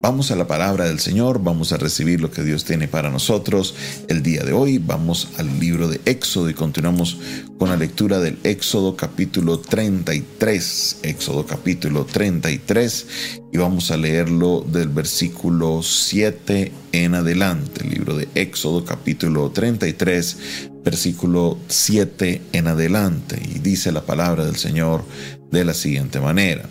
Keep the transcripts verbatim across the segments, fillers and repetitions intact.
Vamos a la palabra del Señor, vamos a recibir lo que Dios tiene para nosotros el día de hoy. Vamos al libro de Éxodo y continuamos con la lectura del Éxodo capítulo treinta y tres. Éxodo capítulo treinta y tres y vamos a leerlo del versículo siete en adelante. El libro de Éxodo capítulo treinta y tres, versículo siete en adelante. Y dice la palabra del Señor de la siguiente manera.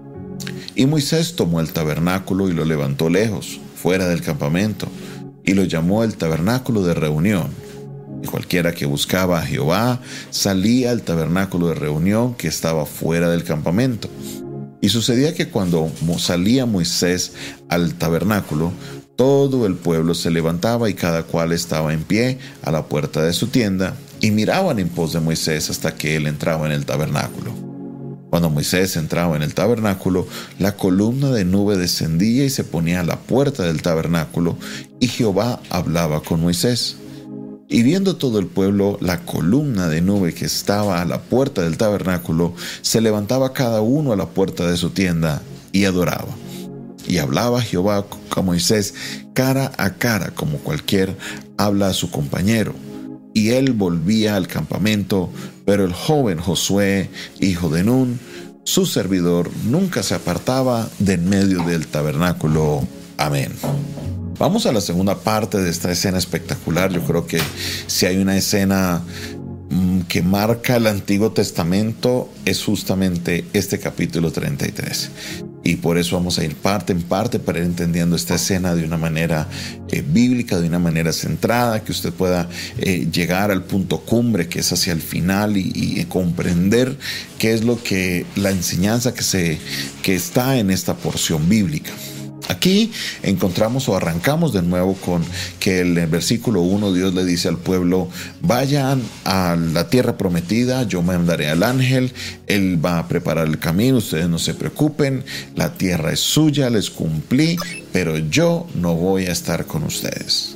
Y Moisés tomó el tabernáculo y lo levantó lejos, fuera del campamento, y lo llamó el tabernáculo de reunión. Y cualquiera que buscaba a Jehová salía al tabernáculo de reunión que estaba fuera del campamento. Y sucedía que cuando salía Moisés al tabernáculo, todo el pueblo se levantaba y cada cual estaba en pie a la puerta de su tienda, y miraban en pos de Moisés hasta que él entraba en el tabernáculo. Cuando Moisés entraba en el tabernáculo, la columna de nube descendía y se ponía a la puerta del tabernáculo, y Jehová hablaba con Moisés. Y viendo todo el pueblo la columna de nube que estaba a la puerta del tabernáculo, se levantaba cada uno a la puerta de su tienda y adoraba. Y hablaba Jehová con Moisés cara a cara, como cualquier habla a su compañero. Y él volvía al campamento, pero el joven Josué, hijo de Nun, su servidor, nunca se apartaba de en medio del tabernáculo. Amén. Vamos a la segunda parte de esta escena espectacular. Yo creo que si hay una escena mmm, que marca el Antiguo Testamento, es justamente este capítulo treinta y tres. Y por eso vamos a ir parte en parte para ir entendiendo esta escena de una manera eh, bíblica, de una manera centrada, que usted pueda eh, llegar al punto cumbre, que es hacia el final, y, y comprender qué es lo que la enseñanza que, se, que está en esta porción bíblica. Aquí encontramos o arrancamos de nuevo con que en el versículo uno Dios le dice al pueblo: vayan a la tierra prometida, yo mandaré al ángel, él va a preparar el camino, ustedes no se preocupen, la tierra es suya, les cumplí, pero yo no voy a estar con ustedes.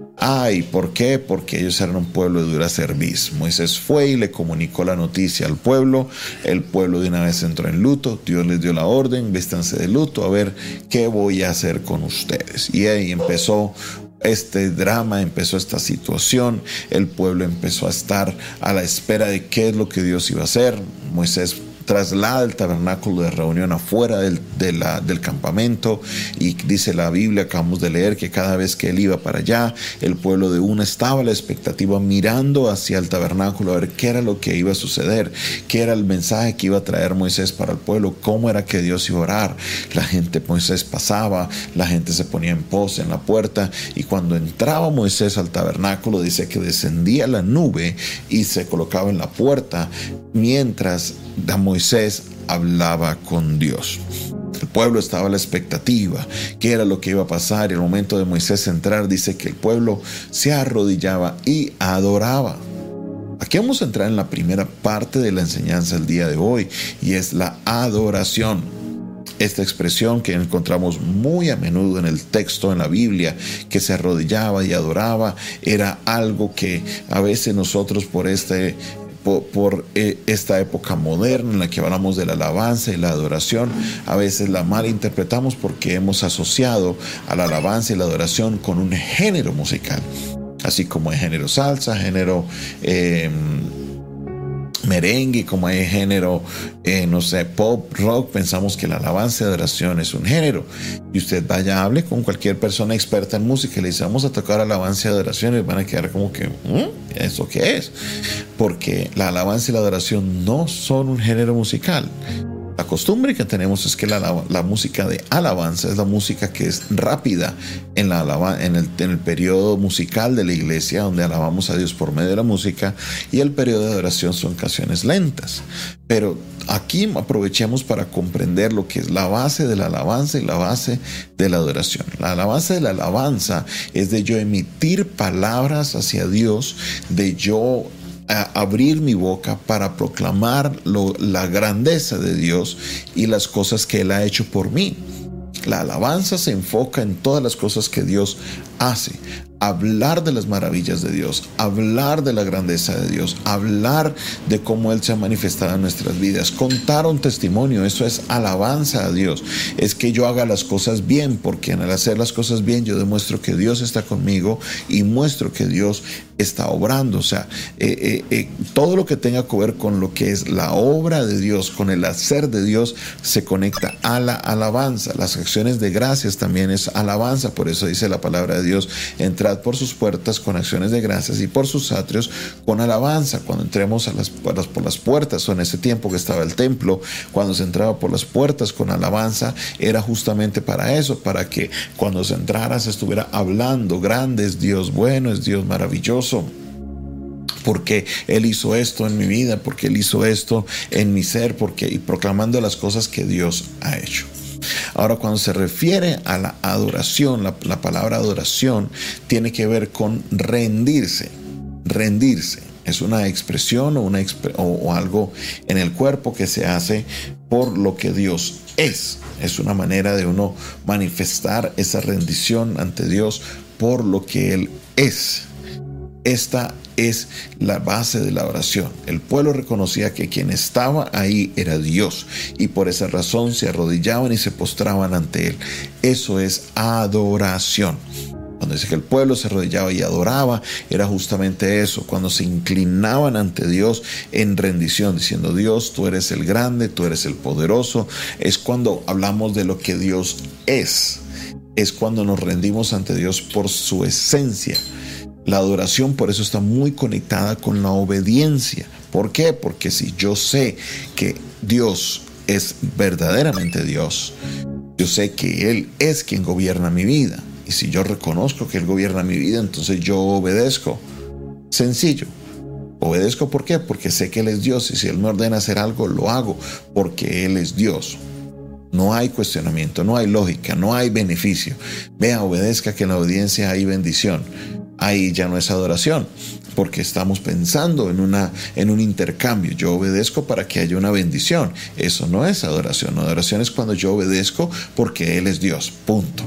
Ay, ¿por qué? Porque ellos eran un pueblo de dura cerviz. Moisés fue y le comunicó la noticia al pueblo. El pueblo de una vez entró en luto. Dios les dio la orden: vístanse de luto, a ver qué voy a hacer con ustedes. Y ahí empezó este drama, empezó esta situación. El pueblo empezó a estar a la espera de qué es lo que Dios iba a hacer. Moisés traslada el tabernáculo de reunión afuera del, de la, del campamento, y dice la Biblia, acabamos de leer, que cada vez que él iba para allá, el pueblo de una estaba a la expectativa mirando hacia el tabernáculo a ver qué era lo que iba a suceder, qué era el mensaje que iba a traer Moisés para el pueblo, cómo era que Dios iba a orar. La gente, Moisés pasaba, la gente se ponía en pos en la puerta, y cuando entraba Moisés al tabernáculo, dice que descendía la nube y se colocaba en la puerta mientras Moisés hablaba con Dios. El pueblo estaba a la expectativa, qué era lo que iba a pasar, y al momento de Moisés entrar, dice que el pueblo se arrodillaba y adoraba. Aquí vamos a entrar en la primera parte de la enseñanza del día de hoy, y es la adoración. Esta expresión que encontramos muy a menudo en el texto, en la Biblia, que se arrodillaba y adoraba, era algo que a veces nosotros por este Por, por eh, esta época moderna en la que hablamos de la alabanza y la adoración, a veces la malinterpretamos porque hemos asociado a la alabanza y la adoración con un género musical, así como hay género salsa, género eh, merengue, como hay género, eh, no sé, pop, rock. Pensamos que la alabanza y adoración es un género. Y usted vaya, hable con cualquier persona experta en música y le dice: vamos a tocar alabanza y adoración, y van a quedar como que, ¿Mm? ¿eso qué es? Porque la alabanza y la adoración no son un género musical. La costumbre que tenemos es que la, la música de alabanza es la música que es rápida en, la alaba, en, el, en el periodo musical de la iglesia, donde alabamos a Dios por medio de la música, y el periodo de adoración son canciones lentas. Pero aquí aprovechemos para comprender lo que es la base de la alabanza y la base de la adoración. La alabanza de la alabanza es de yo emitir palabras hacia Dios, de yo a abrir mi boca para proclamar lo, la grandeza de Dios y las cosas que Él ha hecho por mí. La alabanza se enfoca en todas las cosas que Dios hace. hablar de las maravillas de Dios, hablar de la grandeza de Dios, hablar de cómo Él se ha manifestado en nuestras vidas, contar un testimonio. Eso es alabanza a Dios. Es que yo haga las cosas bien, porque al hacer las cosas bien yo demuestro que Dios está conmigo y muestro que Dios está obrando. O sea, eh, eh, eh, todo lo que tenga que ver con lo que es la obra de Dios, con el hacer de Dios, se conecta a la alabanza. Las acciones de gracias también es alabanza. Por eso dice la palabra de Dios: entrad por sus puertas con acciones de gracias y por sus atrios con alabanza. Cuando entremos a las, a las, por las puertas, o en ese tiempo que estaba el templo, cuando se entraba por las puertas con alabanza, era justamente para eso, para que cuando se entrara se estuviera hablando: grande es Dios, bueno es Dios, maravilloso, porque Él hizo esto en mi vida, porque Él hizo esto en mi ser, porque, y proclamando las cosas que Dios ha hecho. Ahora, cuando se refiere a la adoración, la, la palabra adoración tiene que ver con rendirse. Rendirse es una expresión o, una, o, o algo en el cuerpo que se hace por lo que Dios es. Es una manera de uno manifestar esa rendición ante Dios por lo que Él es. Esta es la base de la oración. El pueblo reconocía que quien estaba ahí era Dios, y por esa razón se arrodillaban y se postraban ante Él. Eso es adoración. Cuando dice que el pueblo se arrodillaba y adoraba, era justamente eso, cuando se inclinaban ante Dios en rendición, diciendo: Dios, tú eres el grande, tú eres el poderoso. Es cuando hablamos de lo que Dios es. Es cuando nos rendimos ante Dios por su esencia. La adoración, por eso, está muy conectada con la obediencia. ¿Por qué? Porque si yo sé que Dios es verdaderamente Dios, yo sé que Él es quien gobierna mi vida. Y si yo reconozco que Él gobierna mi vida, entonces yo obedezco. Sencillo. Obedezco, ¿por qué? Porque sé que Él es Dios, y si Él me ordena hacer algo, lo hago porque Él es Dios. No hay cuestionamiento, no hay lógica, no hay beneficio. Vea, obedezca, que en la obediencia hay bendición. Ahí ya no es adoración, porque estamos pensando en, una, en un intercambio. Yo obedezco para que haya una bendición. Eso no es adoración. Adoración es cuando yo obedezco porque Él es Dios. Punto.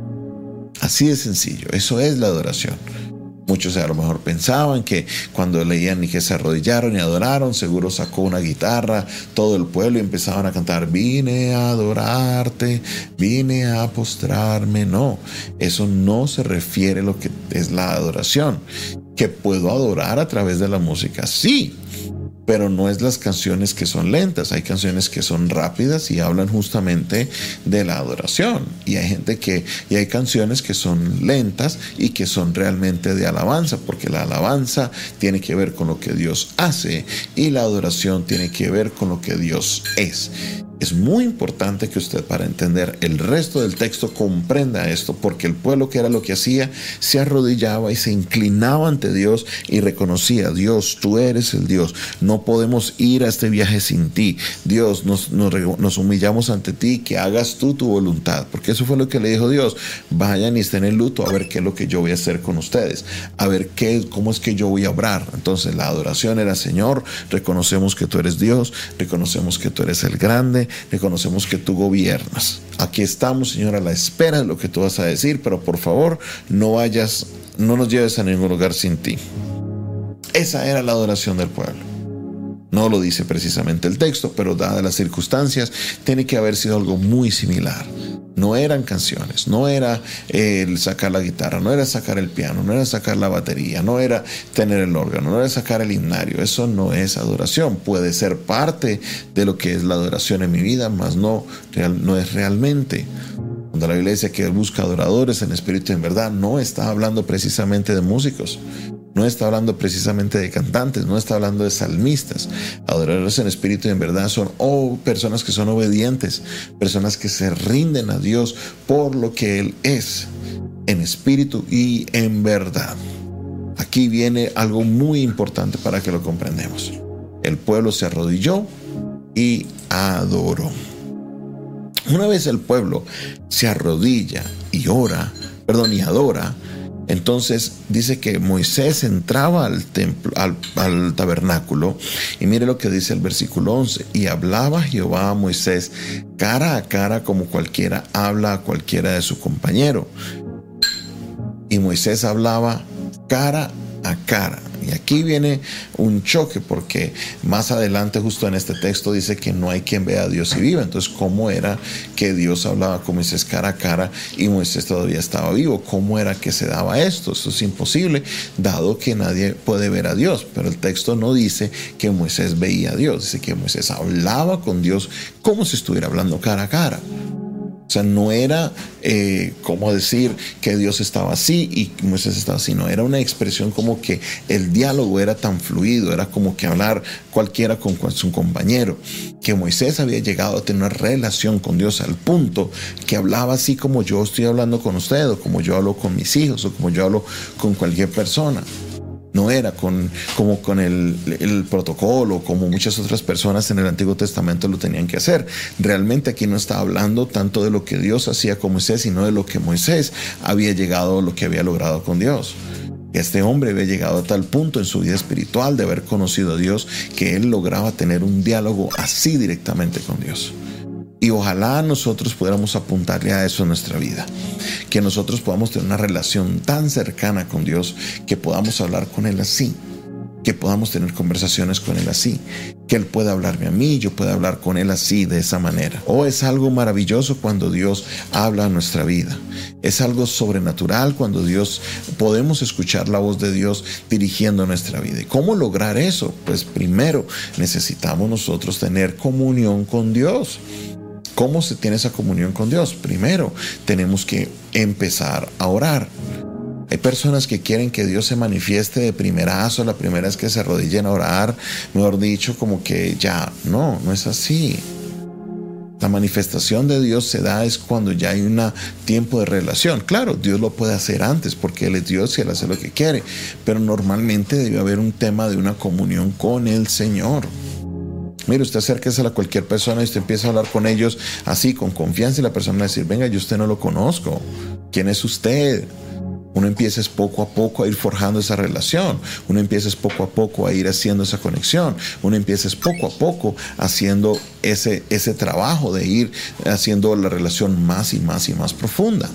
Así de sencillo. Eso es la adoración. Muchos a lo mejor pensaban que cuando leían y que se arrodillaron y adoraron, seguro sacó una guitarra todo el pueblo y empezaban a cantar: vine a adorarte, vine a postrarme. No, eso no se refiere a lo que es la adoración. ¿Que puedo adorar a través de la música? Sí, pero no es las canciones que son lentas. Hay canciones que son rápidas y hablan justamente de la adoración. Y hay gente que, y hay canciones que son lentas y que son realmente de alabanza, porque la alabanza tiene que ver con lo que Dios hace y la adoración tiene que ver con lo que Dios es. Es muy importante que usted, para entender el resto del texto, comprenda esto, porque el pueblo, que era lo que hacía, se arrodillaba y se inclinaba ante Dios y reconocía: Dios, tú eres el Dios, no podemos ir a este viaje sin ti. Dios, nos, nos, nos humillamos ante ti, que hagas tú tu voluntad, porque eso fue lo que le dijo Dios: vayan y estén en luto, a ver qué es lo que yo voy a hacer con ustedes, a ver qué, cómo es que yo voy a obrar. Entonces la adoración era: Señor, reconocemos que tú eres Dios, reconocemos que tú eres el grande, reconocemos que tú gobiernas. Aquí estamos, Señor, a la espera de lo que tú vas a decir, pero por favor, no vayas, no nos lleves a ningún lugar sin ti. Esa era la adoración del pueblo. No lo dice precisamente el texto, pero dadas las circunstancias, tiene que haber sido algo muy similar. No eran canciones, no era eh, el sacar la guitarra, no era sacar el piano, no era sacar la batería, no era tener el órgano, no era sacar el himnario. Eso no es adoración. Puede ser parte de lo que es la adoración en mi vida, mas no, real, no es realmente. Cuando la Biblia dice que Él busca adoradores en espíritu y en verdad, no está hablando precisamente de músicos. No está hablando precisamente de cantantes, no está hablando de salmistas. Adoradores en espíritu y en verdad son oh, personas que son obedientes, personas que se rinden a Dios por lo que Él es, en espíritu y en verdad. Aquí viene algo muy importante para que lo comprendamos. El pueblo se arrodilló y adoró. Una vez el pueblo se arrodilla y ora, perdón, y adora, entonces dice que Moisés entraba al templo, al, al tabernáculo, y mire lo que dice el versículo once: y hablaba Jehová a Moisés cara a cara, como cualquiera habla a cualquiera de su compañero. y Moisés hablaba cara a cara. Y aquí viene un choque, porque más adelante justo en este texto dice que no hay quien vea a Dios y viva. Entonces, ¿cómo era que Dios hablaba con Moisés cara a cara y Moisés todavía estaba vivo? ¿Cómo era que se daba esto? Esto es imposible, dado que nadie puede ver a Dios. Pero el texto no dice que Moisés veía a Dios, dice que Moisés hablaba con Dios como si estuviera hablando cara a cara. O sea, no era eh, como decir que Dios estaba así y Moisés estaba así, no, era una expresión como que el diálogo era tan fluido, era como que hablar cualquiera con, con su compañero, que Moisés había llegado a tener una relación con Dios al punto que hablaba así como yo estoy hablando con usted, o como yo hablo con mis hijos, o como yo hablo con cualquier persona. No era con, como con el, el protocolo, como muchas otras personas en el Antiguo Testamento lo tenían que hacer. Realmente aquí no está hablando tanto de lo que Dios hacía con Moisés, sino de lo que Moisés había llegado, lo que había logrado con Dios. Este hombre había llegado a tal punto en su vida espiritual de haber conocido a Dios que él lograba tener un diálogo así directamente con Dios. Y ojalá nosotros pudiéramos apuntarle a eso en nuestra vida, que nosotros podamos tener una relación tan cercana con Dios que podamos hablar con Él así, que podamos tener conversaciones con Él así, que Él pueda hablarme a mí, yo pueda hablar con Él así, de esa manera. Oh, es algo maravilloso cuando Dios habla a nuestra vida. Es algo sobrenatural cuando Dios, podemos escuchar la voz de Dios dirigiendo nuestra vida. ¿Y cómo lograr eso? Pues primero necesitamos nosotros tener comunión con Dios. ¿Cómo se tiene esa comunión con Dios? Primero, tenemos que empezar a orar. Hay personas que quieren que Dios se manifieste de primerazo, la primera vez que se arrodillen a orar, mejor dicho, como que ya, no, no es así. La manifestación de Dios se da es cuando ya hay un tiempo de relación. Claro, Dios lo puede hacer antes porque Él es Dios y Él hace lo que quiere, pero normalmente debe haber un tema de una comunión con el Señor. Mire, usted acérquese a cualquier persona y usted empieza a hablar con ellos así, con confianza, y la persona va a decir, venga, yo usted no lo conozco. ¿Quién es usted? Uno empieza poco a poco a ir forjando esa relación. Uno empieza poco a poco a ir haciendo esa conexión. Uno empieza poco a poco haciendo ese, ese trabajo de ir haciendo la relación más y más y más profunda.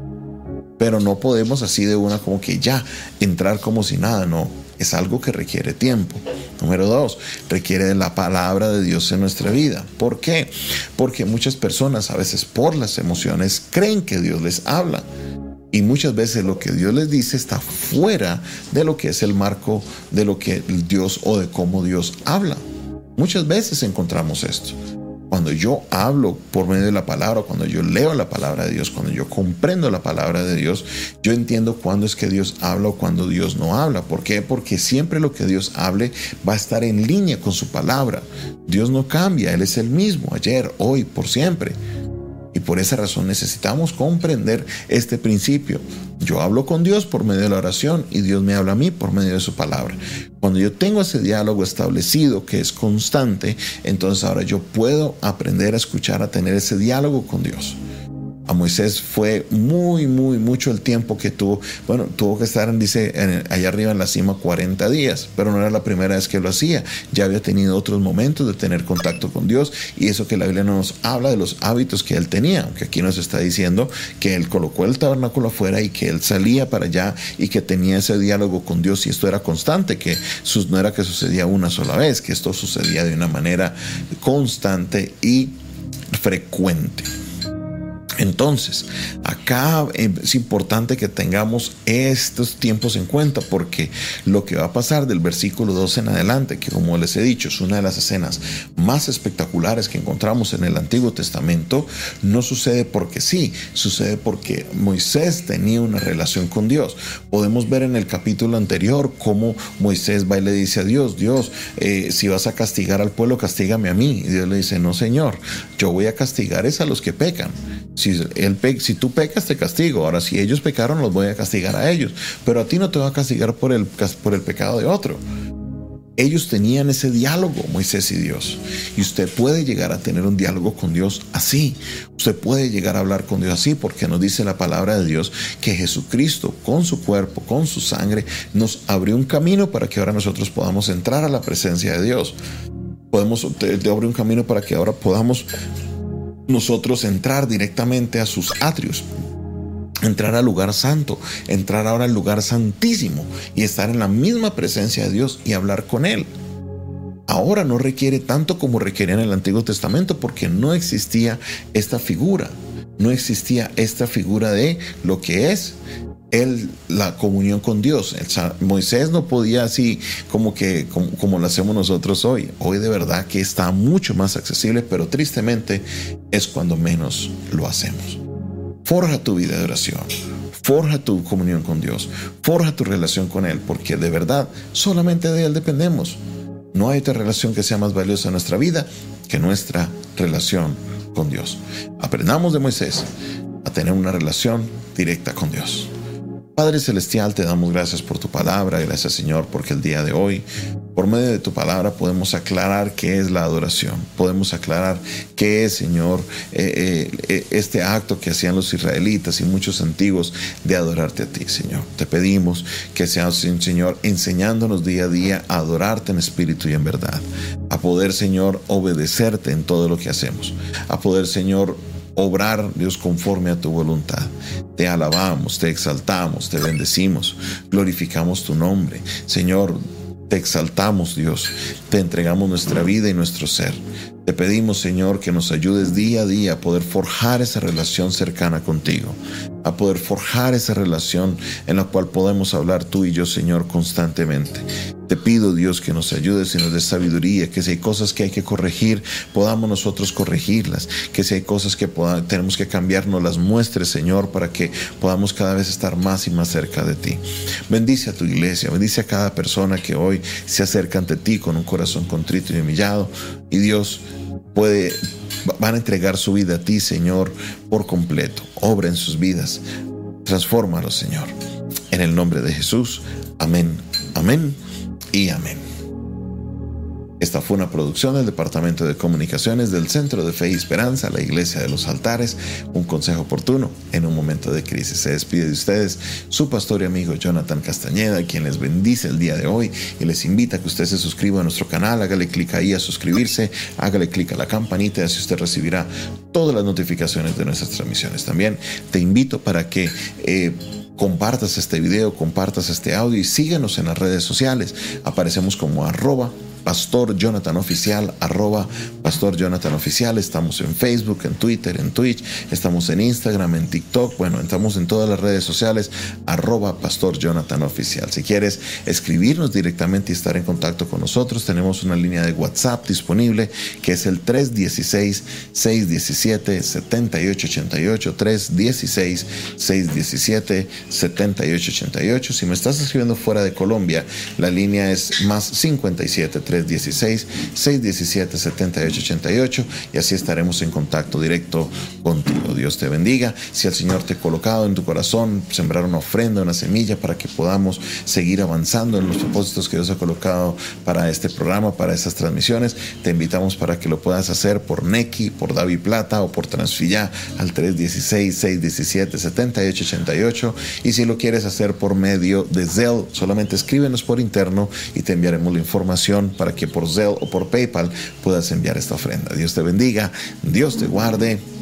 Pero no podemos así de una como que ya entrar como si nada, no. Es algo que requiere tiempo. Número dos, requiere de la palabra de Dios en nuestra vida. ¿Por qué? Porque muchas personas, a veces por las emociones, creen que Dios les habla. Y muchas veces lo que Dios les dice está fuera de lo que es el marco de lo que Dios o de cómo Dios habla. Muchas veces encontramos esto. Cuando yo hablo por medio de la palabra, cuando yo leo la palabra de Dios, cuando yo comprendo la palabra de Dios, yo entiendo cuándo es que Dios habla o cuándo Dios no habla. ¿Por qué? Porque siempre lo que Dios hable va a estar en línea con su palabra. Dios no cambia, Él es el mismo, ayer, hoy, por siempre. Y por esa razón necesitamos comprender este principio. Yo hablo con Dios por medio de la oración y Dios me habla a mí por medio de su palabra. Cuando yo tengo ese diálogo establecido que es constante, entonces ahora yo puedo aprender a escuchar, a tener ese diálogo con Dios. A Moisés fue muy, muy, mucho el tiempo que tuvo. Bueno, tuvo que estar, dice, en, allá arriba en la cima cuarenta días, pero no era la primera vez que lo hacía. Ya había tenido otros momentos de tener contacto con Dios, y eso que la Biblia no nos habla de los hábitos que él tenía, aunque aquí nos está diciendo que él colocó el tabernáculo afuera y que él salía para allá y que tenía ese diálogo con Dios, y esto era constante, que sus, no era que sucedía una sola vez, que esto sucedía de una manera constante y frecuente. Entonces, acá es importante que tengamos estos tiempos en cuenta, porque lo que va a pasar del versículo doce en adelante, que como les he dicho es una de las escenas más espectaculares que encontramos en el Antiguo Testamento, no sucede porque sí, sucede porque Moisés tenía una relación con Dios. Podemos ver en el capítulo anterior cómo Moisés va y le dice a Dios, Dios, eh, si vas a castigar al pueblo, castígame a mí. Y Dios le dice, no Señor, yo voy a castigar es a los que pecan. Si, él, si tú pecas, te castigo. Ahora, si ellos pecaron, los voy a castigar a ellos. Pero a ti no te voy a castigar por el, por el pecado de otro. Ellos tenían ese diálogo, Moisés y Dios. Y usted puede llegar a tener un diálogo con Dios así. Usted puede llegar a hablar con Dios así, porque nos dice la palabra de Dios que Jesucristo, con su cuerpo, con su sangre, nos abrió un camino para que ahora nosotros podamos entrar a la presencia de Dios. Podemos, te, te abre un camino para que ahora podamos nosotros entrar directamente a sus atrios. entrar al lugar santo, entrar ahora al lugar santísimo y estar en la misma presencia de Dios y hablar con Él. Ahora no requiere tanto como requería en el Antiguo Testamento, porque no existía esta figura, no existía esta figura de lo que es el, la comunión con Dios. El, Moisés no podía así como que como, como lo hacemos nosotros hoy. Hoy de verdad que está mucho más accesible, pero tristemente es cuando menos lo hacemos. Forja tu vida de oración, forja tu comunión con Dios, forja tu relación con Él, porque de verdad solamente de Él dependemos. No hay otra relación que sea más valiosa en nuestra vida que nuestra relación con Dios. Aprendamos de Moisés a tener una relación directa con Dios. Padre Celestial, te damos gracias por tu palabra. Gracias, Señor, porque el día de hoy, por medio de tu palabra, podemos aclarar qué es la adoración. Podemos aclarar qué es, Señor, eh, eh, este acto que hacían los israelitas y muchos antiguos de adorarte a ti, Señor. Te pedimos que seas, Señor, enseñándonos día a día a adorarte en espíritu y en verdad. A poder, Señor, obedecerte en todo lo que hacemos. A poder, Señor, obrar, Dios, conforme a tu voluntad. Te alabamos, te exaltamos, te bendecimos, glorificamos tu nombre. Señor, te exaltamos, Dios, te entregamos nuestra vida y nuestro ser. Te pedimos, Señor, que nos ayudes día a día a poder forjar esa relación cercana contigo, a poder forjar esa relación en la cual podemos hablar tú y yo, Señor, constantemente. Te pido, Dios, que nos ayudes y nos des sabiduría, que si hay cosas que hay que corregir, podamos nosotros corregirlas, que si hay cosas que podamos, tenemos que cambiar, nos las muestres, Señor, para que podamos cada vez estar más y más cerca de ti. Bendice a tu iglesia, bendice a cada persona que hoy se acerca ante ti con un corazón contrito y humillado, y Dios puede, van a entregar su vida a ti, Señor, por completo. Obra en sus vidas, transfórmalos, Señor, en el nombre de Jesús. Amén, amén y amén. Esta fue una producción del Departamento de Comunicaciones del Centro de Fe y Esperanza, la Iglesia de los Altares, un consejo oportuno en un momento de crisis. Se despide de ustedes su pastor y amigo Jonathan Castañeda, quien les bendice el día de hoy y les invita a que usted se suscriba a nuestro canal. Hágale clic ahí a suscribirse, hágale clic a la campanita y así usted recibirá todas las notificaciones de nuestras transmisiones. También te invito para que eh, compartas este video, compartas este audio y síguenos en las redes sociales. Aparecemos como arroba Pastor Jonathan Oficial, arroba Pastor Jonathan Oficial. Estamos en Facebook, en Twitter, en Twitch, estamos en Instagram, en TikTok. Bueno, estamos en todas las redes sociales, arroba Pastor Jonathan Oficial. Si quieres escribirnos directamente y estar en contacto con nosotros, tenemos una línea de WhatsApp disponible que es el tres uno seis, seis uno siete, siete ocho ocho ocho, tres uno seis, seis uno siete, siete ocho ocho ocho. Si me estás escribiendo fuera de Colombia, la línea es más cincuenta y siete, tres uno seis, seis uno siete, siete ocho ocho ocho y así estaremos en contacto directo contigo. Dios te bendiga. Si el Señor te ha colocado en tu corazón sembrar una ofrenda, una semilla para que podamos seguir avanzando en los propósitos que Dios ha colocado para este programa, para estas transmisiones, te invitamos para que lo puedas hacer por Nequi, por Davi Plata o por Transfilla al tres uno seis, seis uno siete, siete ocho ocho ocho, y si lo quieres hacer por medio de Zelle, solamente escríbenos por interno y te enviaremos la información para que por Zelle o por PayPal puedas enviar esta ofrenda. Dios te bendiga, Dios te guarde.